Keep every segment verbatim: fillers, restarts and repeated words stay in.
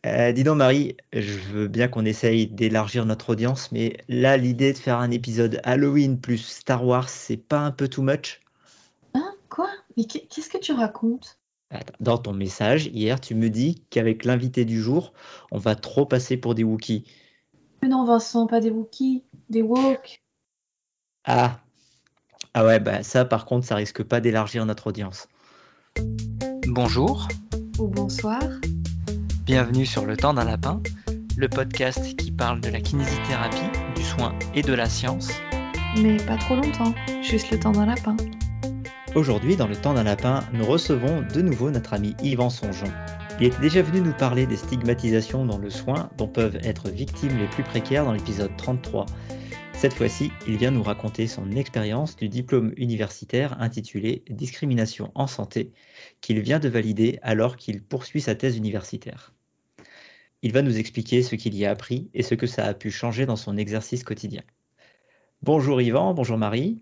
Euh, dis donc Marie, je veux bien qu'on essaye d'élargir notre audience, mais là l'idée de faire un épisode Halloween plus Star Wars, c'est pas un peu too much? Hein? Quoi? Mais qu'est- qu'est-ce que tu racontes? Attends, dans ton message, hier, tu me dis qu'avec l'invité du jour, on va trop passer pour des Wookiees. Mais non, Vincent, pas des Wookiees, des woke. Ah, ah ouais, bah ça par contre, ça risque pas d'élargir notre audience. Bonjour, Ou bonsoir. bienvenue sur Le Temps d'un Lapin, le podcast qui parle de la kinésithérapie, du soin et de la science. Mais pas trop longtemps, juste le temps d'un lapin. Aujourd'hui, dans le temps d'un lapin, nous recevons de nouveau notre ami Yvan Songeon. Il était déjà venu nous parler des stigmatisations dans le soin dont peuvent être victimes les plus précaires dans l'épisode trente-trois. Cette fois-ci, il vient nous raconter son expérience du diplôme universitaire intitulé Discrimination en santé, qu'il vient de valider alors qu'il poursuit sa thèse universitaire. Il va nous expliquer ce qu'il y a appris et ce que ça a pu changer dans son exercice quotidien. Bonjour Yvan, bonjour Marie.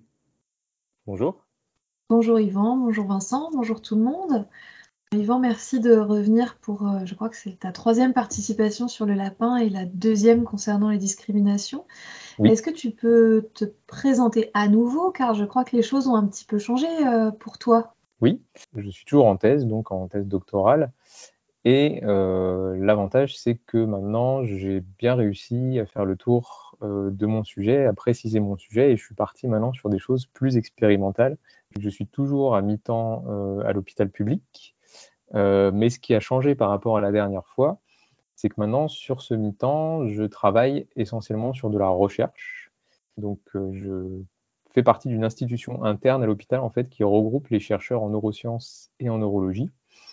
Bonjour. Bonjour Yvan, bonjour Vincent, bonjour tout le monde. Yvan, merci de revenir pour, euh, je crois que c'est ta troisième participation sur le lapin et la deuxième concernant les discriminations. Oui. Est-ce que tu peux te présenter à nouveau, car je crois que les choses ont un petit peu changé euh, pour toi? Oui, je suis toujours en thèse, donc en thèse doctorale. Et euh, l'avantage, c'est que maintenant, j'ai bien réussi à faire le tour euh, de mon sujet, à préciser mon sujet, et je suis parti maintenant sur des choses plus expérimentales. Je suis toujours à mi-temps euh, à l'hôpital public, euh, mais ce qui a changé par rapport à la dernière fois, c'est que maintenant, sur ce mi-temps, je travaille essentiellement sur de la recherche. Donc, euh, je fais partie d'une institution interne à l'hôpital, en fait, qui regroupe les chercheurs en neurosciences et en neurologie.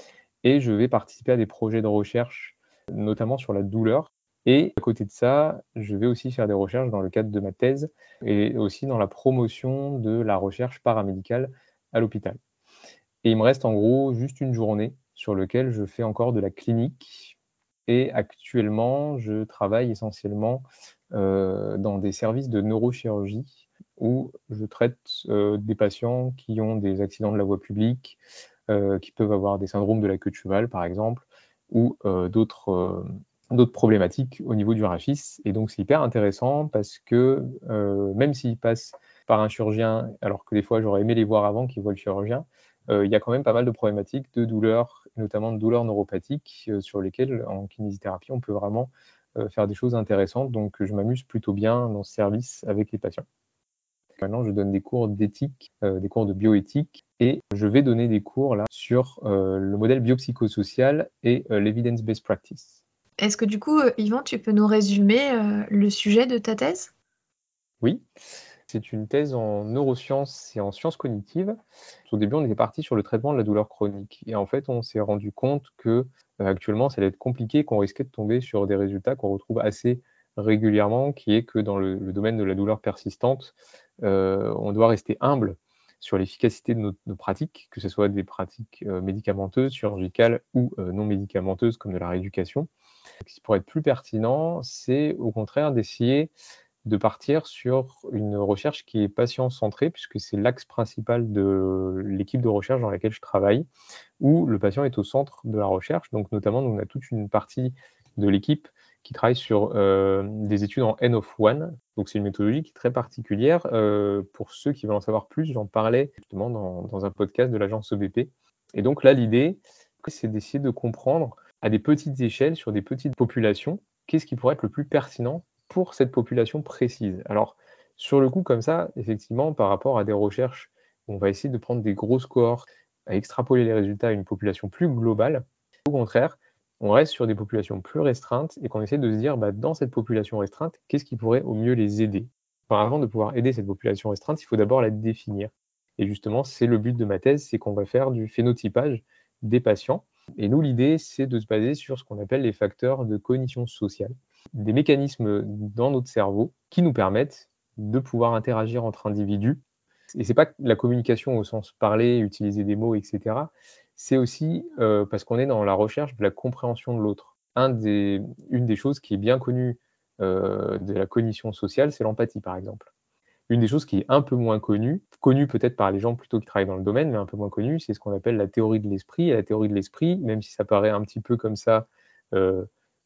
Et je vais participer à des projets de recherche, notamment sur la douleur. Et à côté de ça, je vais aussi faire des recherches dans le cadre de ma thèse et aussi dans la promotion de la recherche paramédicale à l'hôpital. Et il me reste en gros juste une journée sur laquelle je fais encore de la clinique. Et actuellement, je travaille essentiellement euh, dans des services de neurochirurgie où je traite euh, des patients qui ont des accidents de la voie publique, euh, qui peuvent avoir des syndromes de la queue de cheval, par exemple, ou euh, d'autres euh, d'autres problématiques au niveau du rachis. Et donc, c'est hyper intéressant parce que euh, même s'ils passent par un chirurgien, alors que des fois, j'aurais aimé les voir avant qu'ils voient le chirurgien, euh, il y a quand même pas mal de problématiques de douleurs, notamment de douleurs neuropathiques, euh, sur lesquelles, en kinésithérapie, on peut vraiment euh, faire des choses intéressantes. Donc, je m'amuse plutôt bien dans ce service avec les patients. Maintenant, je donne des cours d'éthique, euh, des cours de bioéthique, et je vais donner des cours là sur euh, le modèle biopsychosocial et euh, l'evidence-based practice. Est-ce que du coup, euh, Yvan, tu peux nous résumer euh, le sujet de ta thèse? Oui, c'est une thèse en neurosciences et en sciences cognitives. Au début, on était parti sur le traitement de la douleur chronique. Et en fait, on s'est rendu compte que euh, actuellement, ça allait être compliqué, qu'on risquait de tomber sur des résultats qu'on retrouve assez régulièrement, qui est que dans le, le domaine de la douleur persistante, euh, on doit rester humble sur l'efficacité de nos, nos pratiques, que ce soit des pratiques euh, médicamenteuses, chirurgicales ou euh, non médicamenteuses, comme de la rééducation. Ce qui pourrait être plus pertinent, c'est au contraire d'essayer de partir sur une recherche qui est patient-centrée, puisque c'est l'axe principal de l'équipe de recherche dans laquelle je travaille, où le patient est au centre de la recherche. Donc notamment, on a toute une partie de l'équipe qui travaille sur euh, des études en N of one. Donc c'est une méthodologie qui est très particulière. Euh, pour ceux qui veulent en savoir plus, j'en parlais justement dans, dans un podcast de l'agence E B P. Et donc là, l'idée, c'est d'essayer de comprendre à des petites échelles, sur des petites populations, qu'est-ce qui pourrait être le plus pertinent pour cette population précise. Alors, sur le coup, comme ça, effectivement, par rapport à des recherches, on va essayer de prendre des grosses cohortes, à extrapoler les résultats à une population plus globale. Au contraire, on reste sur des populations plus restreintes et qu'on essaie de se dire, bah, dans cette population restreinte, qu'est-ce qui pourrait au mieux les aider? Enfin, avant de pouvoir aider cette population restreinte, il faut d'abord la définir. Et justement, c'est le but de ma thèse, c'est qu'on va faire du phénotypage des patients. Et nous, l'idée, c'est de se baser sur ce qu'on appelle les facteurs de cognition sociale, des mécanismes dans notre cerveau qui nous permettent de pouvoir interagir entre individus. Et c'est pas que la communication au sens parler, utiliser des mots, et cetera. C'est aussi euh, parce qu'on est dans la recherche de la compréhension de l'autre. Un des, une des choses qui est bien connue euh, de la cognition sociale, c'est l'empathie, par exemple. Une des choses qui est un peu moins connue, connue peut-être par les gens plutôt qui travaillent dans le domaine, mais un peu moins connue, c'est ce qu'on appelle la théorie de l'esprit. Et la théorie de l'esprit, même si ça paraît un petit peu comme ça, euh,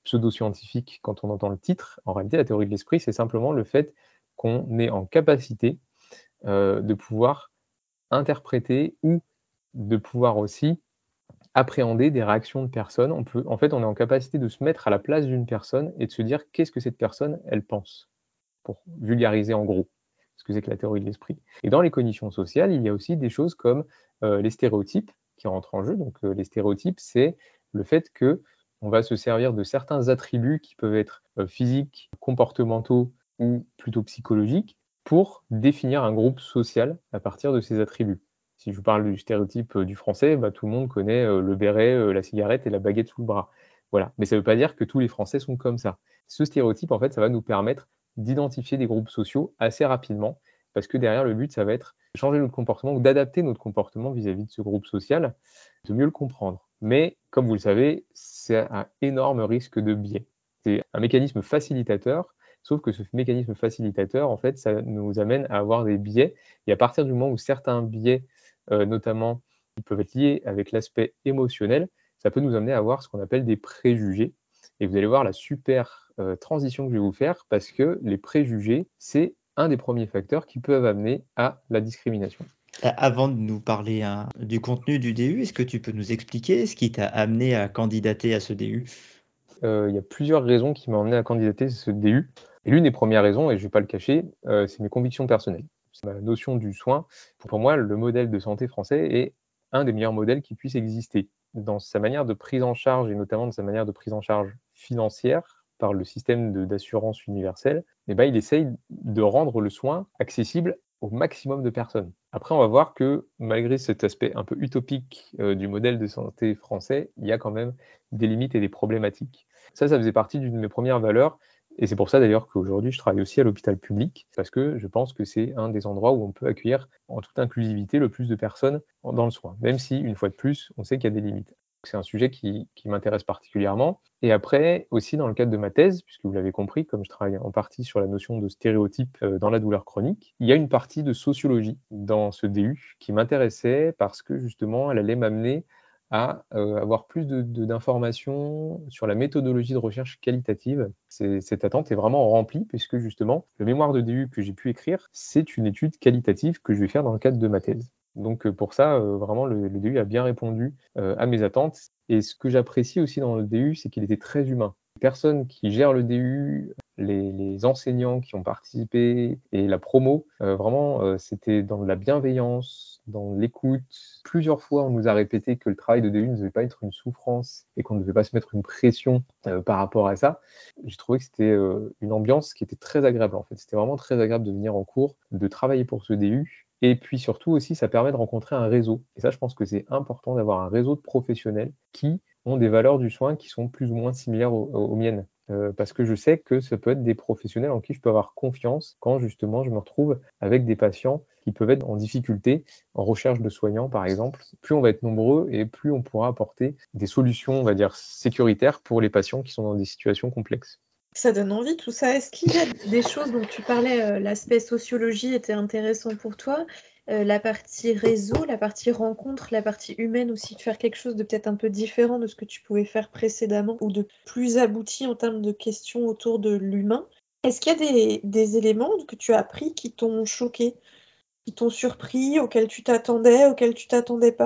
pseudo-scientifique quand on entend le titre. En réalité, la théorie de l'esprit, c'est simplement le fait qu'on est en capacité euh, de pouvoir interpréter ou de pouvoir aussi appréhender des réactions de personnes. On peut, en fait, on est en capacité de se mettre à la place d'une personne et de se dire qu'est-ce que cette personne, elle pense, pour vulgariser en gros ce que c'est que la théorie de l'esprit. Et dans les cognitions sociales, il y a aussi des choses comme euh, les stéréotypes qui rentrent en jeu. Donc euh, les stéréotypes, c'est le fait que on va se servir de certains attributs qui peuvent être euh, physiques, comportementaux ou plutôt psychologiques pour définir un groupe social à partir de ces attributs. Si je vous parle du stéréotype du français, bah, tout le monde connaît euh, le béret, euh, la cigarette et la baguette sous le bras. Voilà. Mais ça ne veut pas dire que tous les Français sont comme ça. Ce stéréotype, en fait, ça va nous permettre d'identifier des groupes sociaux assez rapidement, parce que derrière, le but, ça va être de changer notre comportement ou d'adapter notre comportement vis-à-vis de ce groupe social, de mieux le comprendre. Mais, comme vous le savez, c'est un énorme risque de biais. C'est un mécanisme facilitateur, sauf que ce mécanisme facilitateur, en fait, ça nous amène à avoir des biais. Et à partir du moment où certains biais, euh, notamment, qui peuvent être liés avec l'aspect émotionnel, ça peut nous amener à avoir ce qu'on appelle des préjugés. Et vous allez voir la super euh, transition que je vais vous faire, parce que les préjugés, c'est un des premiers facteurs qui peuvent amener à la discrimination. Avant de nous parler hein, du contenu du D U, est-ce que tu peux nous expliquer ce qui t'a amené à candidater à ce D U ? Euh, il y a plusieurs raisons qui m'ont amené à candidater à ce D U. Et l'une des premières raisons, et je ne vais pas le cacher, euh, c'est mes convictions personnelles. C'est ma notion du soin. Pour moi, le modèle de santé français est un des meilleurs modèles qui puisse exister. Dans sa manière de prise en charge, et notamment de sa manière de prise en charge financière par le système de, d'assurance universelle, eh ben, il essaye de rendre le soin accessible au maximum de personnes. Après, on va voir que malgré cet aspect un peu utopique euh, du modèle de santé français, il y a quand même des limites et des problématiques. Ça, ça faisait partie d'une de mes premières valeurs. Et c'est pour ça d'ailleurs qu'aujourd'hui, je travaille aussi à l'hôpital public, parce que je pense que c'est un des endroits où on peut accueillir en toute inclusivité le plus de personnes dans le soin, même si, une fois de plus, on sait qu'il y a des limites. C'est un sujet qui, qui m'intéresse particulièrement. Et après, aussi dans le cadre de ma thèse, puisque vous l'avez compris, comme je travaille en partie sur la notion de stéréotype dans la douleur chronique, il y a une partie de sociologie dans ce D U qui m'intéressait parce que justement, elle allait m'amener à euh, avoir plus de, de, d'informations sur la méthodologie de recherche qualitative. C'est, cette attente est vraiment remplie puisque justement, le mémoire de D U que j'ai pu écrire, c'est une étude qualitative que je vais faire dans le cadre de ma thèse. Donc pour ça, euh, vraiment, le, le D U a bien répondu euh, à mes attentes. Et ce que j'apprécie aussi dans le D U, c'est qu'il était très humain. Les personnes qui gèrent le D U, les, les enseignants qui ont participé et la promo, euh, vraiment, euh, c'était dans de la bienveillance, dans l'écoute. Plusieurs fois, on nous a répété que le travail de D U ne devait pas être une souffrance et qu'on ne devait pas se mettre une pression euh, par rapport à ça. J'ai trouvé que c'était euh, une ambiance qui était très agréable, en fait. C'était vraiment très agréable de venir en cours, de travailler pour ce D U. Et puis surtout aussi, ça permet de rencontrer un réseau. Et ça, je pense que c'est important d'avoir un réseau de professionnels qui ont des valeurs du soin qui sont plus ou moins similaires aux, aux miennes. Euh, parce que je sais que ça peut être des professionnels en qui je peux avoir confiance quand justement je me retrouve avec des patients qui peuvent être en difficulté, en recherche de soignants par exemple. Plus on va être nombreux et plus on pourra apporter des solutions, on va dire, sécuritaires pour les patients qui sont dans des situations complexes. Ça donne envie tout ça. Est-ce qu'il y a des choses dont tu parlais, euh, l'aspect sociologie était intéressant pour toi, euh, la partie réseau, la partie rencontre, la partie humaine aussi, de faire quelque chose de peut-être un peu différent de ce que tu pouvais faire précédemment ou de plus abouti en termes de questions autour de l'humain. Est-ce qu'il y a des, des éléments que tu as appris qui t'ont choqué, qui t'ont surpris, auxquels tu t'attendais, auxquels tu t'attendais pas ?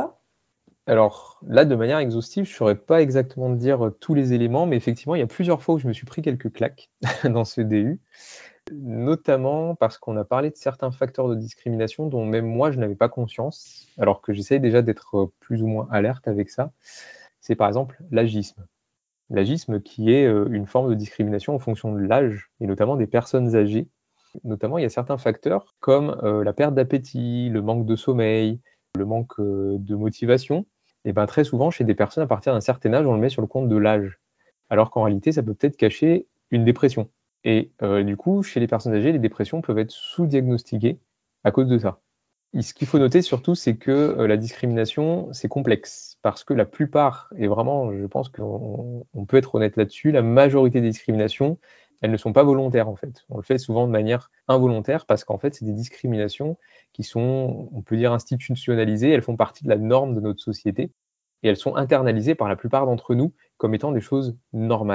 Alors là, de manière exhaustive, je ne saurais pas exactement dire tous les éléments, mais effectivement, il y a plusieurs fois où je me suis pris quelques claques dans ce D U, notamment parce qu'on a parlé de certains facteurs de discrimination dont même moi, je n'avais pas conscience, alors que j'essaye déjà d'être plus ou moins alerte avec ça. C'est par exemple l'agisme. L'agisme qui est une forme de discrimination en fonction de l'âge, et notamment des personnes âgées. Notamment, il y a certains facteurs comme euh, la perte d'appétit, le manque de sommeil, le manque euh, de motivation. Et ben, très souvent, chez des personnes à partir d'un certain âge, on le met sur le compte de l'âge. Alors qu'en réalité, ça peut peut-être cacher une dépression. Et euh, du coup, chez les personnes âgées, les dépressions peuvent être sous-diagnostiquées à cause de ça. Et ce qu'il faut noter surtout, c'est que euh, la discrimination, c'est complexe. Parce que la plupart, et vraiment, je pense qu'on on peut être honnête là-dessus, la majorité des discriminations, elles ne sont pas volontaires en fait. On le fait souvent de manière involontaire parce qu'en fait, c'est des discriminations qui sont, on peut dire, institutionnalisées. Elles font partie de la norme de notre société et elles sont internalisées par la plupart d'entre nous comme étant des choses normales.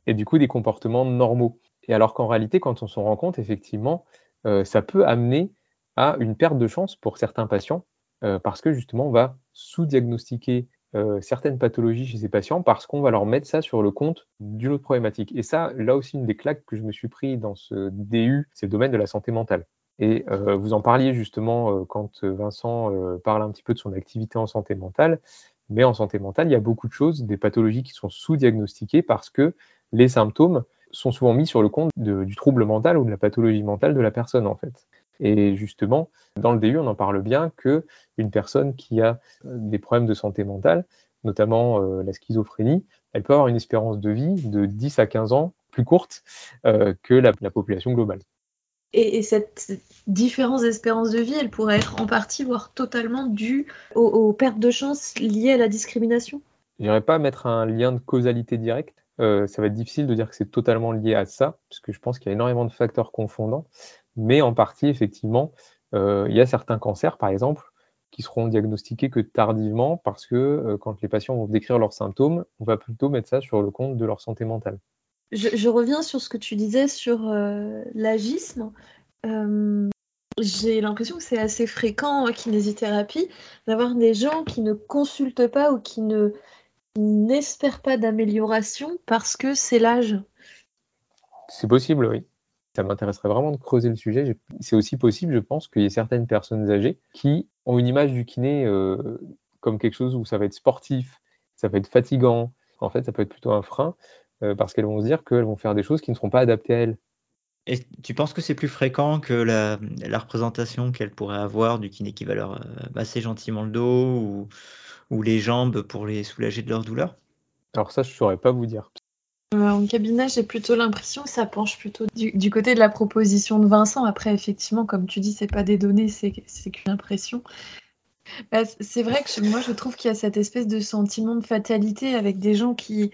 et du coup des comportements normaux. Et alors qu'en réalité, quand on s'en rend compte, effectivement, euh, ça peut amener à une perte de chance pour certains patients, euh, parce que justement, on va sous-diagnostiquer euh, certaines pathologies chez ces patients parce qu'on va leur mettre ça sur le compte d'une autre problématique. Et ça, là aussi, une des claques que je me suis pris dans ce D U, c'est le domaine de la santé mentale. Et euh, vous en parliez justement euh, quand Vincent euh, parle un petit peu de son activité en santé mentale. Mais en santé mentale, il y a beaucoup de choses, des pathologies qui sont sous-diagnostiquées parce que les symptômes sont souvent mis sur le compte de, du trouble mental ou de la pathologie mentale de la personne, en fait. Et justement, dans le D U, on en parle bien qu'une personne qui a des problèmes de santé mentale, notamment euh, la schizophrénie, elle peut avoir une espérance de vie de dix à quinze ans plus courte euh, que la, la population globale. Et, et cette différence d'espérance de vie, elle pourrait être en partie, voire totalement due aux, aux pertes de chance liées à la discrimination? Je n'irais pas mettre un lien de causalité directe. Euh, ça va être difficile de dire que c'est totalement lié à ça, parce que je pense qu'il y a énormément de facteurs confondants. Mais en partie, effectivement, euh, il y a certains cancers, par exemple, qui seront diagnostiqués que tardivement, parce que euh, quand les patients vont décrire leurs symptômes, on va plutôt mettre ça sur le compte de leur santé mentale. Je, je reviens sur ce que tu disais sur euh, l'agisme. Euh, j'ai l'impression que c'est assez fréquent en kinésithérapie d'avoir des gens qui ne consultent pas ou qui ne n'espèrent pas d'amélioration parce que c'est l'âge. C'est possible, oui. Ça m'intéresserait vraiment de creuser le sujet. C'est aussi possible, je pense, qu'il y ait certaines personnes âgées qui ont une image du kiné euh, comme quelque chose où ça va être sportif, ça va être fatigant. En fait, ça peut être plutôt un frein euh, parce qu'elles vont se dire qu'elles vont faire des choses qui ne seront pas adaptées à elles. Et tu penses que c'est plus fréquent que la, la représentation qu'elles pourraient avoir du kiné qui va leur euh, masser gentiment le dos ou, ou les jambes pour les soulager de leur douleur? Alors ça, je ne saurais pas vous dire. Euh, en cabinet, j'ai plutôt l'impression que ça penche plutôt du, du côté de la proposition de Vincent. Après, effectivement, comme tu dis, c'est pas des données, c'est c'est qu'une impression. Bah, c'est vrai que je- moi, je trouve qu'il y a cette espèce de sentiment de fatalité avec des gens qui,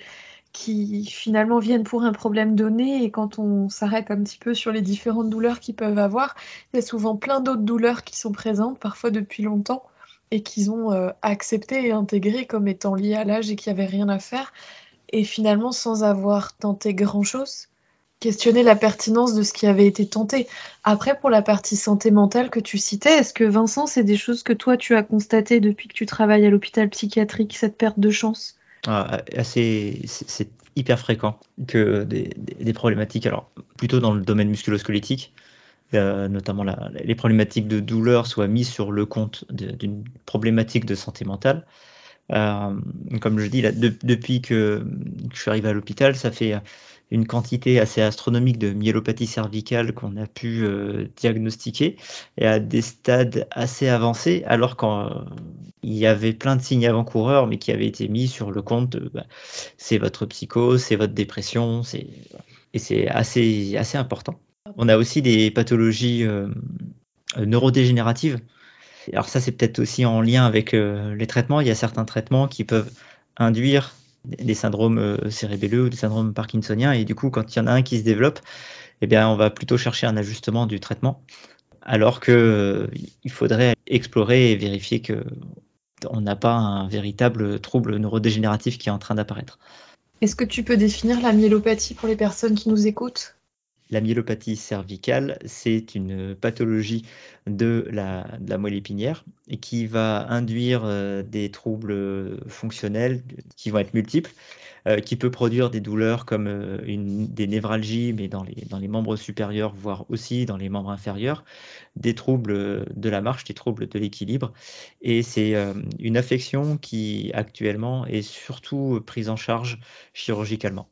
qui finalement viennent pour un problème donné et quand on s'arrête un petit peu sur les différentes douleurs qu'ils peuvent avoir, il y a souvent plein d'autres douleurs qui sont présentes, parfois depuis longtemps, et qu'ils ont euh, accepté et intégré comme étant liées à l'âge et qu'il n'y avait rien à faire. Et finalement, sans avoir tenté grand-chose, questionner la pertinence de ce qui avait été tenté. Après, pour la partie santé mentale que tu citais, est-ce que Vincent, c'est des choses que toi, tu as constatées depuis que tu travailles à l'hôpital psychiatrique, cette perte de chance? Ah, assez, c'est c'est hyper fréquent que des, des- des problématiques, alors plutôt dans le domaine musculo-squelettique, euh, notamment la- les problématiques de douleur soient mises sur le compte de- d'une problématique de santé mentale. Euh, Comme je dis, là, de- depuis que, que je suis arrivé à l'hôpital, ça fait une quantité assez astronomique de myélopathie cervicale qu'on a pu euh, diagnostiquer et à des stades assez avancés, alors qu'il y avait plein de signes avant-coureurs, mais qui avaient été mis sur le compte de bah, c'est votre psychose, c'est votre dépression, c'est et c'est assez, assez important. On a aussi des pathologies euh, neurodégénératives. Alors ça, c'est peut-être aussi en lien avec euh, les traitements. Il y a certains traitements qui peuvent induire des syndromes euh, cérébelleux ou des syndromes parkinsoniens. Et du coup, quand il y en a un qui se développe, eh bien, on va plutôt chercher un ajustement du traitement. Alors qu'il euh, faudrait explorer et vérifier qu'on n'a pas un véritable trouble neurodégénératif qui est en train d'apparaître. Est-ce que tu peux définir la myélopathie pour les personnes qui nous écoutent? La myélopathie cervicale, c'est une pathologie de la, de la moelle épinière et qui va induire euh, des troubles fonctionnels qui vont être multiples, euh, qui peut produire des douleurs comme euh, une, des névralgies, mais dans les, dans les membres supérieurs, voire aussi dans les membres inférieurs, des troubles de la marche, des troubles de l'équilibre. Et c'est euh, une affection qui actuellement est surtout prise en charge chirurgicalement.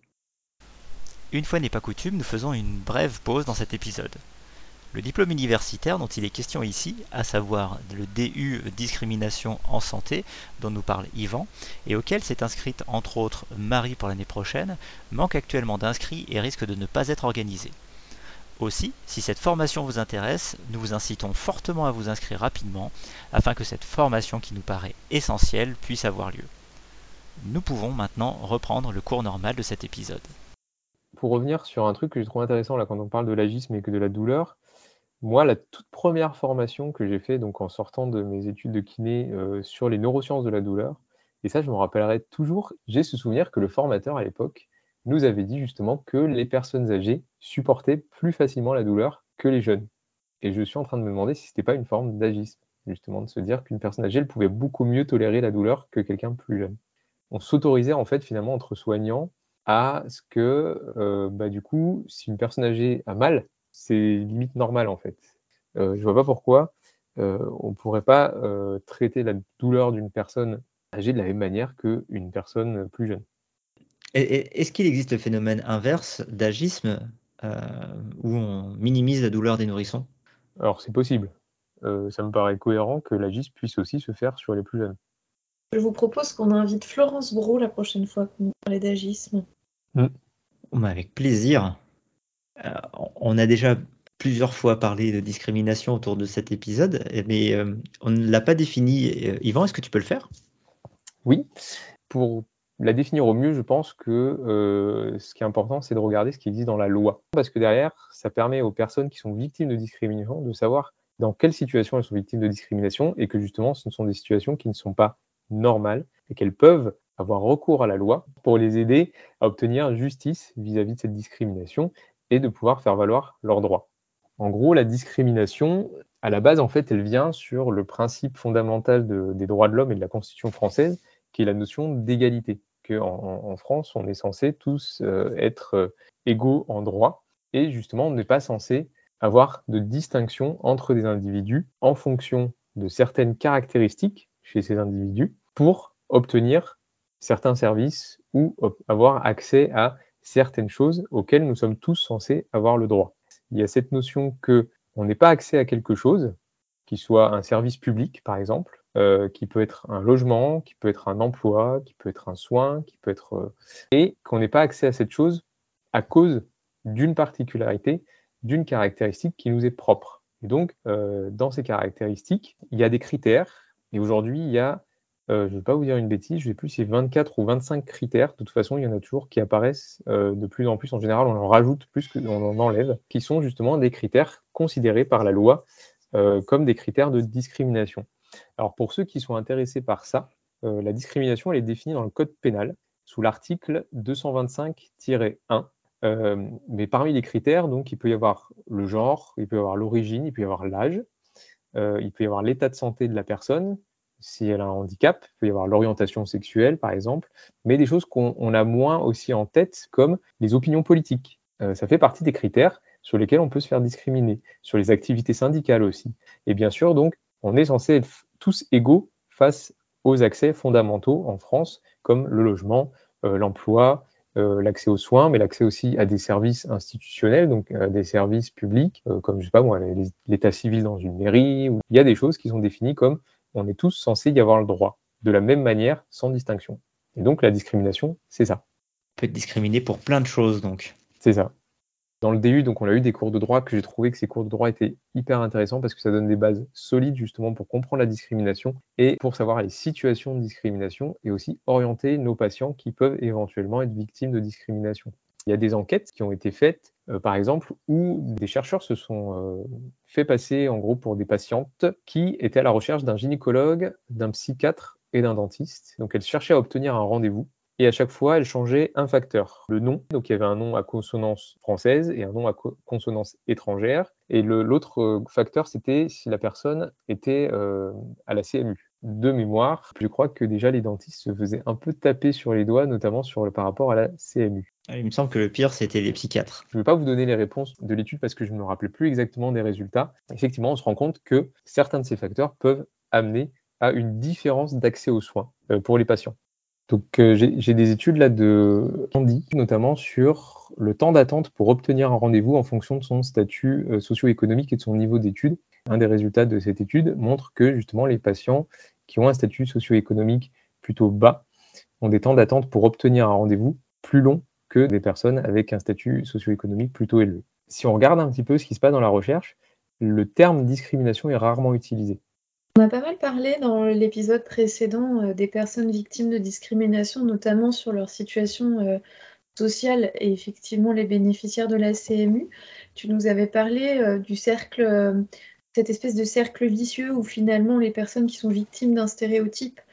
Une fois n'est pas coutume, nous faisons une brève pause dans cet épisode. Le diplôme universitaire dont il est question ici, à savoir le D U Discrimination en santé, dont nous parle Yvan, et auquel s'est inscrite entre autres Marie pour l'année prochaine, manque actuellement d'inscrits et risque de ne pas être organisé. Aussi, si cette formation vous intéresse, nous vous incitons fortement à vous inscrire rapidement, afin que cette formation qui nous paraît essentielle puisse avoir lieu. Nous pouvons maintenant reprendre le cours normal de cet épisode. Pour revenir sur un truc que je trouve intéressant là, quand on parle de l'agisme et que de la douleur, moi, la toute première formation que j'ai fait donc en sortant de mes études de kiné euh, sur les neurosciences de la douleur, et ça, je me rappellerai toujours, j'ai ce souvenir que le formateur à l'époque nous avait dit justement que les personnes âgées supportaient plus facilement la douleur que les jeunes. Et je suis en train de me demander si ce n'était pas une forme d'agisme, justement, de se dire qu'une personne âgée elle pouvait beaucoup mieux tolérer la douleur que quelqu'un de plus jeune. On s'autorisait en fait finalement entre soignants à ce que, euh, bah, du coup, si une personne âgée a mal, c'est limite normal en fait. Euh, je vois pas pourquoi euh, on pourrait pas euh, traiter la douleur d'une personne âgée de la même manière qu'une personne plus jeune. Et- et- Est-ce qu'il existe le phénomène inverse d'agisme euh, où on minimise la douleur des nourrissons? Alors c'est possible. Euh, ça me paraît cohérent que l'agisme puisse aussi se faire sur les plus jeunes. Je vous propose qu'on invite Florence Brault la prochaine fois qu'on va parler d'agisme. Oh, mais avec plaisir. Euh, on a déjà plusieurs fois parlé de discrimination autour de cet épisode, mais euh, on ne l'a pas défini. Euh, Yvan, est-ce que tu peux le faire? Oui, pour la définir au mieux, je pense que euh, ce qui est important, c'est de regarder ce qui existe dans la loi. Parce que derrière, ça permet aux personnes qui sont victimes de discrimination de savoir dans quelle situation elles sont victimes de discrimination et que justement, ce sont des situations qui ne sont pas normales et qu'elles peuvent avoir recours à la loi pour les aider à obtenir justice vis-à-vis de cette discrimination et de pouvoir faire valoir leurs droits. En gros, la discrimination, à la base, en fait, elle vient sur le principe fondamental de- des droits de l'homme et de la Constitution française, qui est la notion d'égalité. Qu'en en France, on est censé tous euh, être euh, égaux en droit, et justement, on n'est pas censé avoir de distinction entre des individus en fonction de certaines caractéristiques chez ces individus pour obtenir certains services ou avoir accès à certaines choses auxquelles nous sommes tous censés avoir le droit. Il y a cette notion que on n'ait pas accès à quelque chose, qui soit un service public, par exemple, euh, qui peut être un logement, qui peut être un emploi, qui peut être un soin, qui peut être... Euh, et qu'on n'ait pas accès à cette chose à cause d'une particularité, d'une caractéristique qui nous est propre. Et donc, euh, dans ces caractéristiques, il y a des critères, et aujourd'hui, il y a, euh, je ne vais pas vous dire une bêtise, je ne sais plus si c'est vingt-quatre ou vingt-cinq critères, de toute façon, il y en a toujours qui apparaissent euh, de plus en plus, en général, on en rajoute plus qu'on en enlève, qui sont justement des critères considérés par la loi euh, comme des critères de discrimination. Alors pour ceux qui sont intéressés par ça, euh, la discrimination elle est définie dans le code pénal sous l'article deux cent vingt-cinq tiret un. Euh, mais parmi les critères, donc, il peut y avoir le genre, il peut y avoir l'origine, il peut y avoir l'âge, euh, il peut y avoir l'état de santé de la personne, si elle a un handicap, il peut y avoir l'orientation sexuelle, par exemple, mais des choses qu'on on a moins aussi en tête, comme les opinions politiques. Euh, ça fait partie des critères sur lesquels on peut se faire discriminer, sur les activités syndicales aussi. Et bien sûr, donc, on est censé être tous égaux face aux accès fondamentaux en France, comme le logement, euh, l'emploi, euh, l'accès aux soins, mais l'accès aussi à des services institutionnels, donc euh, des services publics, euh, comme je sais pas moi, les- l'état civil dans une mairie. Où il y a des choses qui sont définies comme on est tous censés y avoir le droit, de la même manière, sans distinction. Et donc la discrimination, c'est ça. On peut être discriminé pour plein de choses, donc. C'est ça. Dans le D U, donc on a eu des cours de droit que j'ai trouvé que ces cours de droit étaient hyper intéressants parce que ça donne des bases solides justement pour comprendre la discrimination et pour savoir les situations de discrimination et aussi orienter nos patients qui peuvent éventuellement être victimes de discrimination. Il y a des enquêtes qui ont été faites, euh, par exemple, où des chercheurs se sont euh, fait passer en gros pour des patientes qui étaient à la recherche d'un gynécologue, d'un psychiatre et d'un dentiste. Donc elles cherchaient à obtenir un rendez-vous. Et à chaque fois, elle changeait un facteur. Le nom, donc il y avait un nom à consonance française et un nom à co- consonance étrangère. Et le- l'autre euh, facteur, c'était si la personne était euh, à la C M U. De mémoire, je crois que déjà les dentistes se faisaient un peu taper sur les doigts, notamment sur le, par rapport à la C M U. Il me semble que le pire, c'était les psychiatres. Je ne vais pas vous donner les réponses de l'étude parce que je ne me rappelais plus exactement des résultats. Effectivement, on se rend compte que certains de ces facteurs peuvent amener à une différence d'accès aux soins euh, pour les patients. Donc euh, j'ai j'ai des études là de Andy, notamment sur le temps d'attente pour obtenir un rendez-vous en fonction de son statut euh, socio-économique et de son niveau d'études. Un des résultats de cette étude montre que justement les patients qui ont un statut socio-économique plutôt bas ont des temps d'attente pour obtenir un rendez-vous plus longs que des personnes avec un statut socio-économique plutôt élevé. Si on regarde un petit peu ce qui se passe dans la recherche, le terme discrimination est rarement utilisé. On a pas mal parlé dans l'épisode précédent euh, des personnes victimes de discrimination, notamment sur leur situation euh, sociale et effectivement les bénéficiaires de la C M U. Tu nous avais parlé euh, du cercle, euh, cette espèce de cercle vicieux où finalement les personnes qui sont victimes d'un stéréotype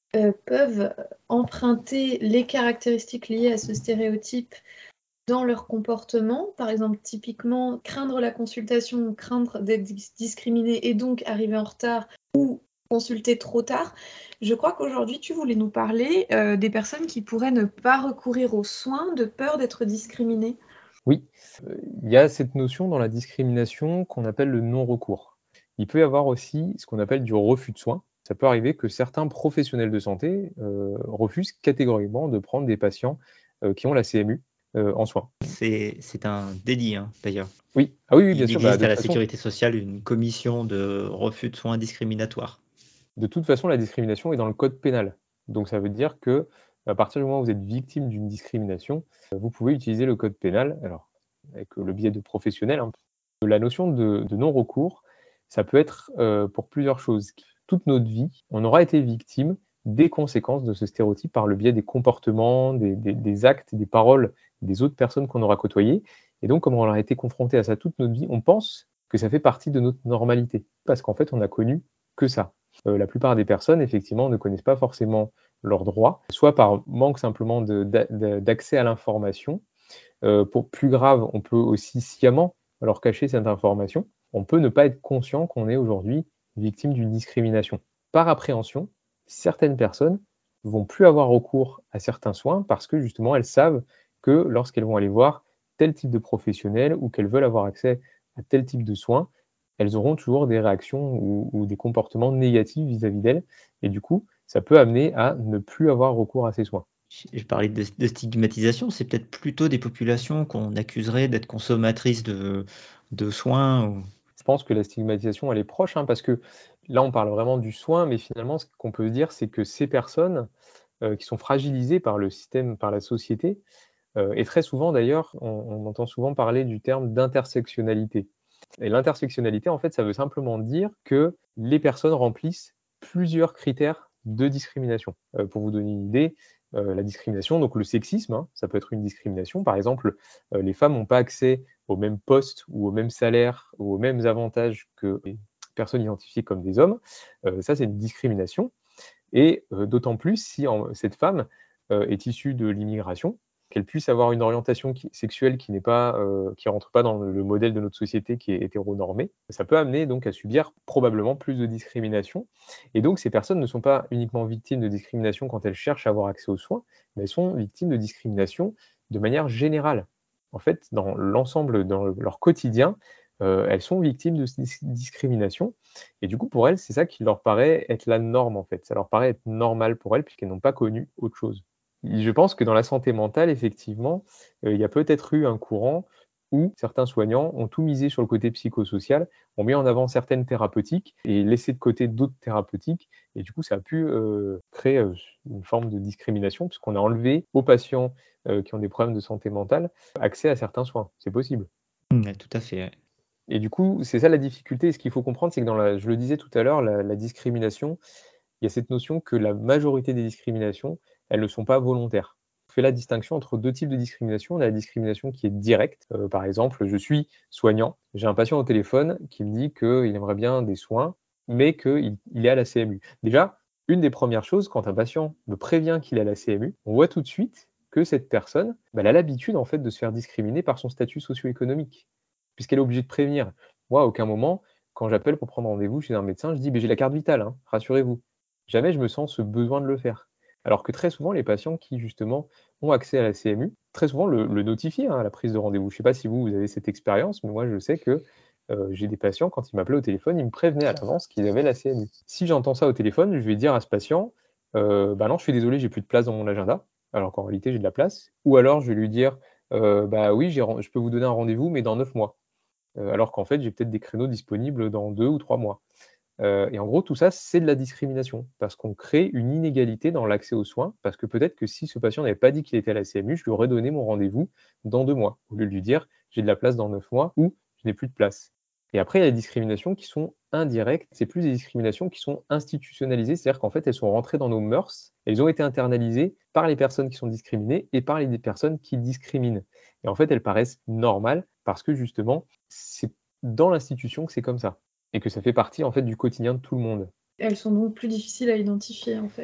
euh, peuvent emprunter les caractéristiques liées à ce stéréotype dans leur comportement. Par exemple, typiquement, craindre la consultation, craindre d'être dis- discriminé et donc arriver en retard ou consulter trop tard. Je crois qu'aujourd'hui, tu voulais nous parler euh, des personnes qui pourraient ne pas recourir aux soins de peur d'être discriminées. Oui, euh, il y a cette notion dans la discrimination qu'on appelle le non-recours. Il peut y avoir aussi ce qu'on appelle du refus de soins. Ça peut arriver que certains professionnels de santé euh, refusent catégoriquement de prendre des patients euh, qui ont la C M U euh, en soins. C'est, c'est un délit, hein, d'ailleurs. Oui, ah oui, oui, bien Il sûr. Bah, existe de à la toute façon, sécurité sociale une commission de refus de soins discriminatoires. de toute façon, la discrimination est dans le code pénal. Donc ça veut dire que à partir du moment où vous êtes victime d'une discrimination, euh, vous pouvez utiliser le code pénal, alors avec le biais de professionnels, hein. La notion de, de non-recours, ça peut être euh, pour plusieurs choses. Toute notre vie, on aura été victime des conséquences de ce stéréotype par le biais des comportements, des, des, des actes, des paroles des autres personnes qu'on aura côtoyées. Et donc, comme on aura été confronté à ça toute notre vie, on pense que ça fait partie de notre normalité, parce qu'en fait, on n'a connu que ça. Euh, la plupart des personnes, effectivement, ne connaissent pas forcément leurs droits, soit par manque simplement de, de, d'accès à l'information. Euh, pour plus grave, on peut aussi sciemment leur cacher cette information. On peut ne pas être conscient qu'on est aujourd'hui victime d'une discrimination. Par appréhension, certaines personnes vont plus avoir recours à certains soins parce que justement elles savent que lorsqu'elles vont aller voir tel type de professionnel ou qu'elles veulent avoir accès à tel type de soins, elles auront toujours des réactions ou, ou des comportements négatifs vis-à-vis d'elles. Et du coup, ça peut amener à ne plus avoir recours à ces soins. Je parlais de, de stigmatisation, c'est peut-être plutôt des populations qu'on accuserait d'être consommatrices de, de soins. Ou... Je pense que la stigmatisation, elle est proche, hein, parce que là, on parle vraiment du soin, mais finalement, ce qu'on peut dire, c'est que ces personnes euh, qui sont fragilisées par le système, par la société, euh, et très souvent d'ailleurs, on, on entend souvent parler du terme d'intersectionnalité. Et l'intersectionnalité, en fait, ça veut simplement dire que les personnes remplissent plusieurs critères de discrimination. Euh, pour vous donner une idée, euh, la discrimination, donc le sexisme, hein, ça peut être une discrimination. Par exemple, euh, les femmes n'ont pas accès au même poste ou au même salaire ou aux mêmes avantages que les personnes identifiées comme des hommes. Euh, ça, c'est une discrimination. Et euh, d'autant plus si en, cette femme euh, est issue de l'immigration, qu'elle puisse avoir une orientation qui, sexuelle qui n'est pas, euh, qui rentre pas dans le modèle de notre société qui est hétéronormé, ça peut amener donc à subir probablement plus de discrimination. Et donc ces personnes ne sont pas uniquement victimes de discrimination quand elles cherchent à avoir accès aux soins, mais elles sont victimes de discrimination de manière générale. En fait, dans l'ensemble, dans leur quotidien, euh, elles sont victimes de dis- discrimination. Et du coup, pour elles, c'est ça qui leur paraît être la norme, en fait. Ça leur paraît être normal pour elles, puisqu'elles n'ont pas connu autre chose. Et je pense que dans la santé mentale, effectivement, euh, il y a peut-être eu un courant où certains soignants ont tout misé sur le côté psychosocial, ont mis en avant certaines thérapeutiques et laissé de côté d'autres thérapeutiques. Et du coup, ça a pu euh, créer euh, une forme de discrimination, puisqu'on a enlevé aux patients euh, qui ont des problèmes de santé mentale accès à certains soins. C'est possible. Ouais, tout à fait. Ouais. Et du coup, c'est ça la difficulté. Et ce qu'il faut comprendre, c'est que dans la, je le disais tout à l'heure, la, la discrimination, il y a cette notion que la majorité des discriminations, elles ne sont pas volontaires. On fait la distinction entre deux types de discrimination. On a la discrimination qui est directe. Euh, par exemple, je suis soignant, j'ai un patient au téléphone qui me dit qu'il aimerait bien des soins, mais qu'il il est à la C M U. Déjà, une des premières choses, quand un patient me prévient qu'il est à la C M U, on voit tout de suite que cette personne, bah, elle a l'habitude en fait de se faire discriminer par son statut socio-économique, puisqu'elle est obligée de prévenir. Moi, à aucun moment, quand j'appelle pour prendre rendez-vous chez un médecin, je dis bah, j'ai la carte vitale, hein, rassurez-vous. Jamais je me sens ce besoin de le faire. Alors que très souvent, les patients qui, justement, ont accès à la C M U, très souvent le, le notifient hein, à la prise de rendez-vous. Je ne sais pas si vous, vous avez cette expérience, mais moi, je sais que euh, j'ai des patients, quand ils m'appelaient au téléphone, ils me prévenaient à l'avance qu'ils avaient la C M U. Si j'entends ça au téléphone, je vais dire à ce patient, euh, bah non, je suis désolé, j'ai plus de place dans mon agenda, alors qu'en réalité, j'ai de la place. Ou alors, je vais lui dire, euh, bah oui, j'ai, je peux vous donner un rendez-vous, mais dans neuf mois. Euh, alors qu'en fait, j'ai peut-être des créneaux disponibles dans deux ou trois mois. Euh, et en gros, tout ça, c'est de la discrimination, parce qu'on crée une inégalité dans l'accès aux soins, parce que peut-être que si ce patient n'avait pas dit qu'il était à la C M U, je lui aurais donné mon rendez-vous dans deux mois, au lieu de lui dire j'ai de la place dans neuf mois ou je n'ai plus de place. Et après, il y a des discriminations qui sont indirectes, c'est plus des discriminations qui sont institutionnalisées, c'est-à-dire qu'en fait, elles sont rentrées dans nos mœurs, elles ont été internalisées par les personnes qui sont discriminées et par les personnes qui discriminent. Et en fait, elles paraissent normales parce que justement, c'est dans l'institution que c'est comme ça. Et que ça fait partie en fait du quotidien de tout le monde. Elles sont donc plus difficiles à identifier en fait.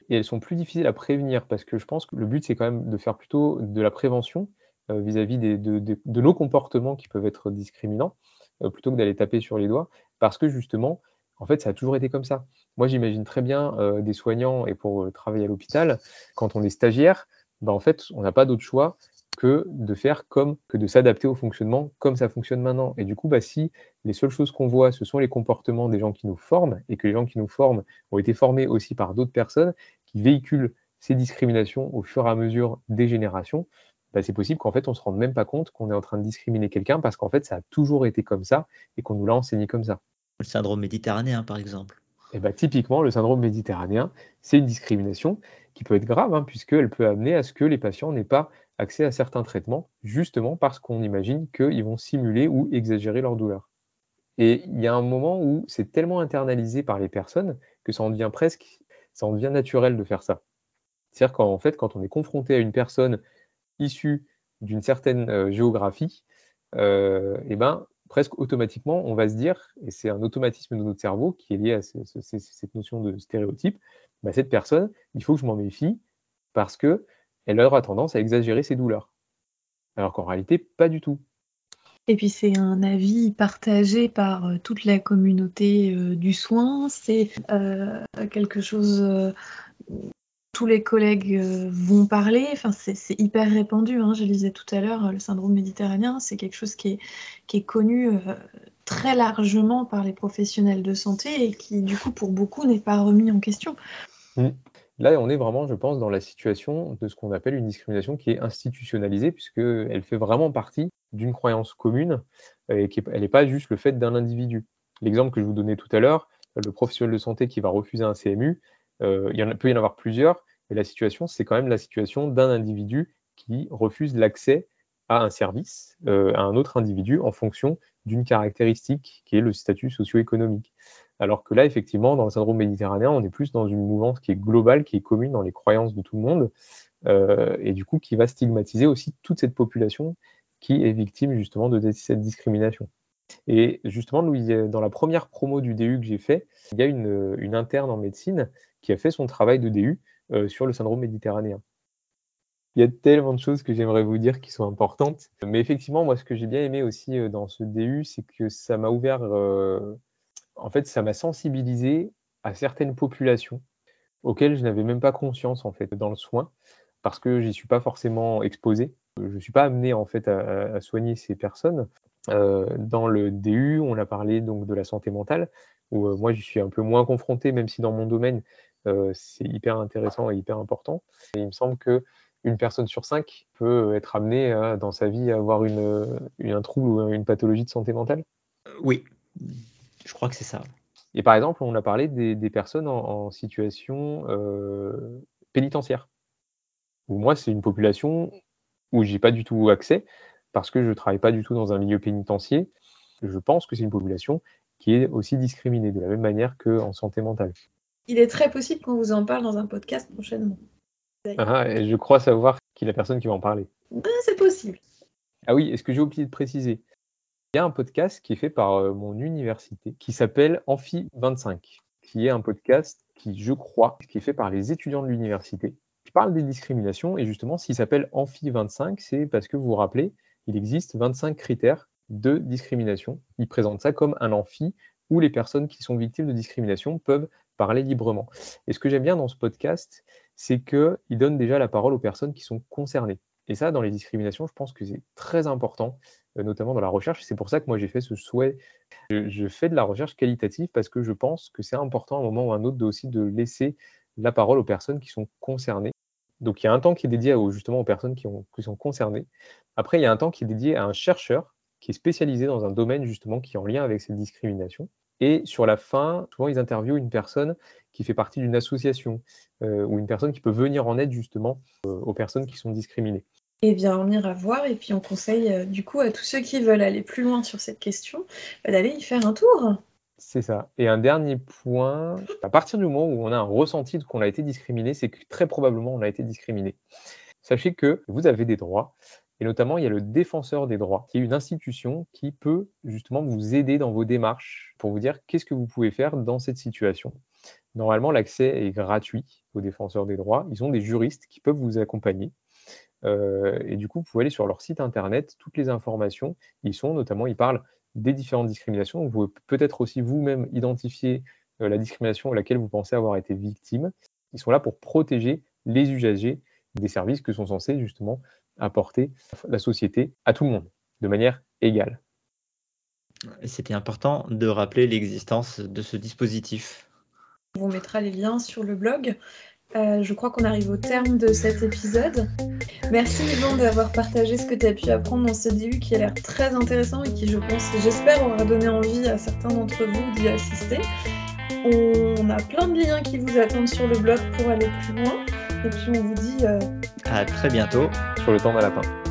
et elles sont plus difficiles à prévenir parce que je pense que le but, c'est quand même de faire plutôt de la prévention euh, vis-à-vis des, de, de, de nos comportements qui peuvent être discriminants, euh, plutôt que d'aller taper sur les doigts, parce que justement, en fait, ça a toujours été comme ça. Moi, j'imagine très bien euh, des soignants, et pour euh, travailler à l'hôpital, quand on est stagiaire, bah, en fait, on n'a pas d'autre choix que de faire comme, que de s'adapter au fonctionnement comme ça fonctionne maintenant. Et du coup, bah, si les seules choses qu'on voit, ce sont les comportements des gens qui nous forment, et que les gens qui nous forment ont été formés aussi par d'autres personnes qui véhiculent ces discriminations au fur et à mesure des générations, bah, c'est possible qu'en fait, on ne se rende même pas compte qu'on est en train de discriminer quelqu'un parce qu'en fait, ça a toujours été comme ça et qu'on nous l'a enseigné comme ça. Le syndrome méditerranéen, par exemple. Et bah, typiquement, le syndrome méditerranéen, c'est une discrimination qui peut être grave, hein, puisqu'elle peut amener à ce que les patients n'aient pas accès à certains traitements, justement parce qu'on imagine qu'ils vont simuler ou exagérer leur douleur. Et il y a un moment où c'est tellement internalisé par les personnes que ça en devient presque, ça en devient naturel de faire ça. C'est-à-dire qu'en fait, quand on est confronté à une personne issue d'une certaine euh, géographie, euh, et ben, presque automatiquement, on va se dire, et c'est un automatisme de notre cerveau qui est lié à ce, ce, cette notion de stéréotype, bah, cette personne, il faut que je m'en méfie parce qu'elle aura tendance à exagérer ses douleurs. Alors qu'en réalité, pas du tout. Et puis c'est un avis partagé par euh, toute la communauté euh, du soin, c'est euh, quelque chose... Euh, tous les collègues euh, vont parler, enfin, c'est, c'est hyper répandu, hein. Je lisais tout à l'heure, le syndrome méditerranéen, c'est quelque chose qui est, qui est connu euh, très largement par les professionnels de santé et qui, du coup, pour beaucoup, n'est pas remis en question. Mmh. Là, on est vraiment, je pense, dans la situation de ce qu'on appelle une discrimination qui est institutionnalisée, puisqu'elle fait vraiment partie d'une croyance commune et qu'elle n'est pas juste le fait d'un individu. L'exemple que je vous donnais tout à l'heure, le professionnel de santé qui va refuser un C M U, euh, il y en a, peut y en avoir plusieurs, mais la situation, c'est quand même la situation d'un individu qui refuse l'accès à un service, euh, à un autre individu en fonction d'une caractéristique qui est le statut socio-économique. Alors que là, effectivement, dans le syndrome méditerranéen, on est plus dans une mouvance qui est globale, qui est commune dans les croyances de tout le monde, euh, et du coup qui va stigmatiser aussi toute cette population qui est victime justement de cette discrimination. Et justement, Louis, dans la première promo du D U que j'ai fait, il y a une, une interne en médecine qui a fait son travail de D U euh, sur le syndrome méditerranéen. Il y a tellement de choses que j'aimerais vous dire qui sont importantes. Mais effectivement, moi, ce que j'ai bien aimé aussi euh, dans ce D U, c'est que ça m'a ouvert... Euh, en fait, ça m'a sensibilisé à certaines populations auxquelles je n'avais même pas conscience en fait dans le soin, parce que j'y suis pas forcément exposé. Je suis pas amené en fait à, à soigner ces personnes. Euh, dans le D U, on a parlé donc de la santé mentale, où euh, moi je suis un peu moins confronté, même si dans mon domaine euh, c'est hyper intéressant et hyper important. Et il me semble que une personne sur cinq peut être amenée à, dans sa vie à avoir une, une, un trouble ou une pathologie de santé mentale. Euh, oui, je crois que c'est ça. Et par exemple, on a parlé des, des personnes en, en situation euh, pénitentiaire. Où moi, c'est une population où j'ai pas du tout accès parce que je travaille pas du tout dans un milieu pénitentiaire. Je pense que c'est une population qui est aussi discriminée de la même manière qu'en santé mentale. Il est très possible qu'on vous en parle dans un podcast prochainement. Ah, et je crois savoir qui est la personne qui va en parler. Ah, c'est possible. Ah oui, est-ce que j'ai oublié de préciser ? Il y a un podcast qui est fait par euh, mon université qui s'appelle Amphi vingt-cinq, qui est un podcast qui, je crois, qui est fait par les étudiants de l'université. Je parle des discriminations et justement, s'il s'appelle Amphi vingt-cinq, c'est parce que vous vous rappelez, il existe vingt-cinq critères de discrimination. Ils présentent ça comme un amphi où les personnes qui sont victimes de discrimination peuvent parler librement. Et ce que j'aime bien dans ce podcast, c'est qu'il donne déjà la parole aux personnes qui sont concernées. Et ça, dans les discriminations, je pense que c'est très important, notamment dans la recherche. C'est pour ça que moi, j'ai fait ce souhait. Je, je fais de la recherche qualitative parce que je pense que c'est important à un moment ou à un autre de, aussi de laisser la parole aux personnes qui sont concernées. Donc, il y a un temps qui est dédié aux, justement aux personnes qui, ont, qui sont concernées. Après, il y a un temps qui est dédié à un chercheur qui est spécialisé dans un domaine justement qui est en lien avec cette discrimination. Et sur la fin, souvent, ils interviewent une personne qui fait partie d'une association euh, ou une personne qui peut venir en aide justement euh, aux personnes qui sont discriminées. Eh bien, on ira voir et puis on conseille euh, du coup à tous ceux qui veulent aller plus loin sur cette question bah, d'aller y faire un tour. C'est ça. Et un dernier point, à partir du moment où on a un ressenti qu'on a été discriminé, c'est que très probablement on a été discriminé. Sachez que vous avez des droits, et notamment il y a le défenseur des droits, qui est une institution qui peut justement vous aider dans vos démarches pour vous dire qu'est-ce que vous pouvez faire dans cette situation. Normalement, l'accès est gratuit aux défenseurs des droits. Ils ont des juristes qui peuvent vous accompagner. Euh, et du coup, vous pouvez aller sur leur site internet, toutes les informations y sont, notamment, ils parlent des différentes discriminations. Vous pouvez peut-être aussi vous-même identifier euh, la discrimination à laquelle vous pensez avoir été victime. Ils sont là pour protéger les usagers des services que sont censés justement apporter la société à tout le monde, de manière égale. C'était important de rappeler l'existence de ce dispositif. On vous mettra les liens sur le blog. Euh, je crois qu'on arrive au terme de cet épisode. Merci Yvan d'avoir partagé ce que tu as pu apprendre dans ce D U qui a l'air très intéressant et qui, je pense, j'espère, aura donné envie à certains d'entre vous d'y assister. On a plein de liens qui vous attendent sur le blog pour aller plus loin. Et puis on vous dit euh... à très bientôt sur le temps d'un lapin.